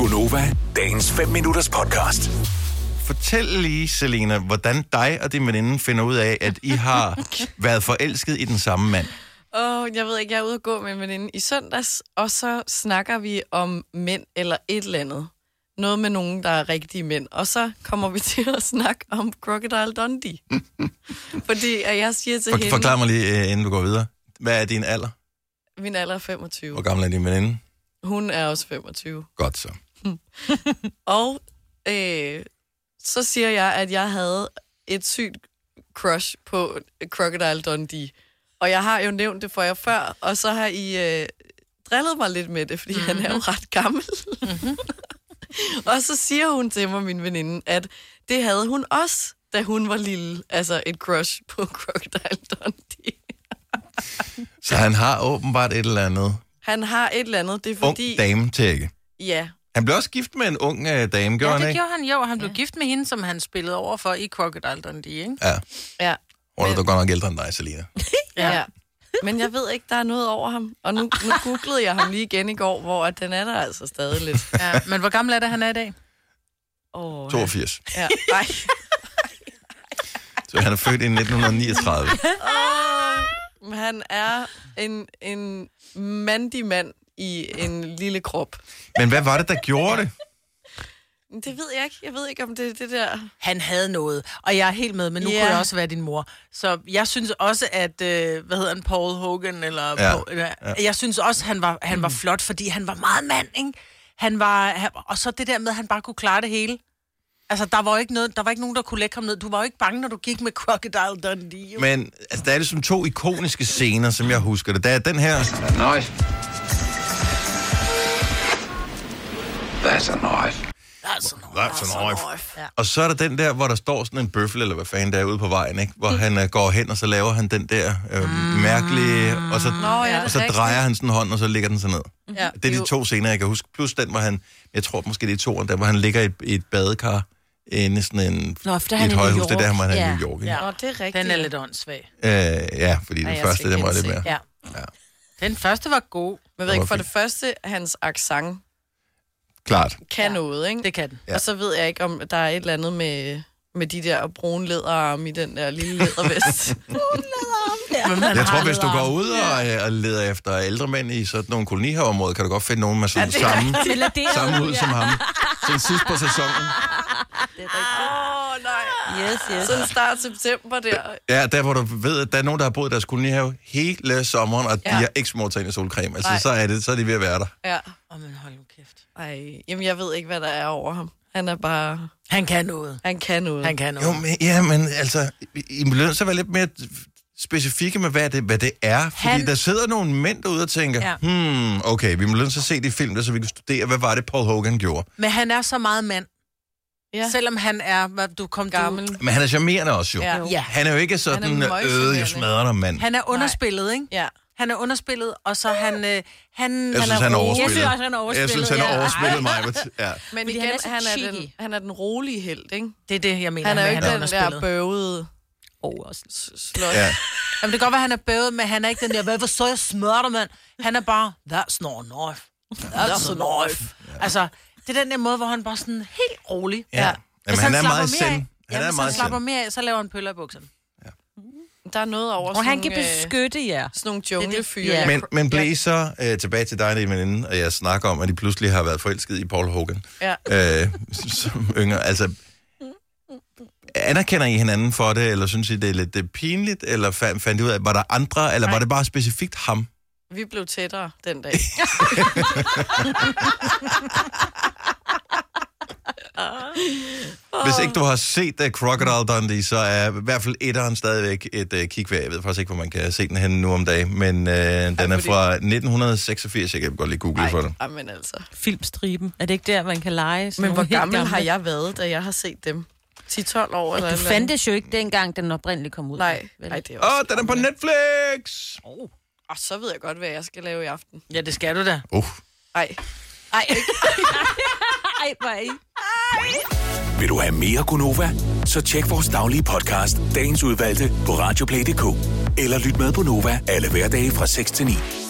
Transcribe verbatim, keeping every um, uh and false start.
Gunova, dagens fem minutters podcast. Fortæl lige, Selena, hvordan dig og din veninde finder ud af, at I har været forelsket i den samme mand. Åh, oh, jeg ved ikke, jeg er ude at gå med en veninde i søndags, og så snakker vi om mænd eller et eller andet. Noget med nogen, der er rigtige mænd. Og så kommer vi til at snakke om Crocodile Dundee. Fordi at jeg siger til For, hende... Forklar mig lige, inden du går videre. Hvad er din alder? Min alder er femogtyve. Hvor gammel er din veninde? Hun er også femogtyve. Godt så. Og øh, så siger jeg, at jeg havde et sygt crush på Crocodile Dundee. Og jeg har jo nævnt det for jer før, og så har I øh, drillet mig lidt med det, fordi mm-hmm. han er jo ret gammel. Mm-hmm. Og så siger hun til mig, min veninde, at det havde hun også, da hun var lille. Altså et crush på Crocodile Dundee. Så han har åbenbart et eller andet. Han har et eller andet, det er fordi... Ung dame-tække. Ja. Han blev også gift med en ung uh, dame, gjorde ja, han det ikke? gjorde han jo, og han blev ja. gift med hende, som han spillede over for i Crocodile Dundee, ikke? Ja. Ja. Hun er da godt nok ældre end dig, Selina. ja. ja. Men jeg ved ikke, der er noget over ham. Og nu, nu googlede jeg ham lige igen i går, hvor den er der altså stadig lidt. Ja, men hvor gammel er det, han er i dag? Oh, toogfirs. Ja, nej. Så han er født i nitten niogtredive. Oh, han er en, en mandig mand i en lille krop. Men hvad var det, der gjorde det? Det ved jeg ikke. Jeg ved ikke, om det er det der... Han havde noget, og jeg er helt med, men nu yeah. kunne jeg også være din mor. Så jeg synes også, at, øh, hvad hedder han, Paul Hogan, eller... Ja. Paul, ja. Jeg synes også, han var, han var flot, fordi han var meget mand, ikke? Han var... Han, og så det der med, at han bare kunne klare det hele. Altså, der var jo ikke noget, der var ikke nogen, der kunne lægge ham ned. Du var jo ikke bange, når du gik med Crocodile Dundee. Jo. Men altså, der er det som to ikoniske scener, som jeg husker det. Der er den her... Nice. That's a knife. That's a knife. That's a knife. Ja. Og så er der den der, hvor der står sådan en bøffel, eller hvad fanden der er ude på vejen, ikke? Hvor mm. han uh, går hen, og så laver han den der øh, mm. mærkelige... Og så, Nå, ja, og så drejer han sådan hånden, og så ligger den så ned. Ja, det er de to scener, jeg kan huske. Plus den, hvor han... Jeg tror måske, det er toeren, der hvor han ligger i et, i et badekar inde i sådan en... Nå, i et højhus. Det er der, han er ja. i New York, ikke? Ja, det er rigtigt. Den er lidt åndssvag. Øh, ja, fordi den første, den var lidt mere... Ja. ja. Den første var god. Men jeg ved ikke, for det første, hans accent... Klart. Kan ja. noget, ikke? Det kan den. Ja. Og så ved jeg ikke, om der er et eller andet med, med de der brune læderarme i den der lille lædervest. Brune læderarme, ja. Jeg tror, hvis du går ud og, og leder efter ældre mænd i sådan nogle kolonihaveområder, kan du godt finde nogen med sådan ja, samme, samme ud ja. som ham. Sådan sidst på sæsonen. Det er rigtigt. Åh, oh, nej. Yes, yes. Sådan start september der. Ja, der hvor du ved, at der er nogen, der har boet i deres kolonihave hele sommeren, og ja. de har ikke småtaget solcreme. Altså, så er, det, så er de ved at være der. Ja. Åh, oh, men hold nu kæft. Ej, jamen jeg ved ikke, hvad der er over ham. Han er bare... Han kan noget. Han kan noget. Han kan noget. Jo, men, ja, men altså, I bliver så være lidt mere specifikke med, hvad det, hvad det er. Fordi han... der sidder nogle mænd derude og tænker, ja. hmm, okay, vi må lønne så se de film, der, så vi kan studere, hvad var det, Paul Hogan gjorde. Men han er så meget mand. Ja. Selvom han er, hvad du kom gammel. Du... Men han er charmerende også jo. Ja. Ja. Han er jo ikke sådan, øh, jeg smadrer dig, mand. Han er underspillet, ikke? Ja. Han er underspillet, og så han... Øh, han jeg synes, han er overspillet. Jeg synes også, han er overspillet. Jeg synes, han er overspillet mig. Ja. Men igen, han er, han, er den, han er den rolige helt, ikke? Det er det, jeg mener. Han er jo ikke den der bøvede... Oh, også slot. Ja. Jamen, det kan godt være, han er bøvet, men han er ikke den der, hvad så jeg smører dig, mand. Han er bare, that's not a knife. That's a knife. Ja. Altså, det er den der måde, hvor han bare sådan helt rolig. Ja. ja. Jamen, han, han er meget send. Han Jamen, er meget så slapper mere af, så laver han pøller i bukserne. Ja. Der er noget over og sådan han kan beskytte jer. Sådan nogle junglefyre. Ja. Men, men blev I så øh, tilbage til dig, din veninde, og jeg snakker om, at de pludselig har været forelsket i Paul Hogan. Ja. Øh, som yngre. Altså, anerkender I hinanden for det, eller synes I, det er lidt det pinligt, eller fandt, fandt I ud af, var der andre, eller Nej. var det bare specifikt ham? Vi blev tættere den dag. Hvis ikke du har set uh, Crocodile Dundee, så er i hvert fald etteren stadigvæk et uh, kig værd. Jeg ved faktisk ikke, hvor man kan se den henne nu om dagen, men uh, den er fra nitten seksogfirs. Jeg kan godt lige google Ej, for det. Amen altså. Filmstriben. Er det ikke der, man kan lege? Men hvor gammel har jeg været, da jeg har set dem? ti tolv år eller noget? Du fandtes jo ikke dengang, den oprindeligt kom ud. Nej. Nej, det er også... Åh, oh, den er på Netflix! Oh. Og så ved jeg godt, hvad jeg skal lave i aften. Ja, det skal du da. Uh. Ej. Ej. Ej, hvor er I? Vil du have mere Gunova? Så tjek vores daglige podcast, dagens udvalgte, på radioplay punktum d k. Eller lyt med på Nova alle hverdage fra seks til ni.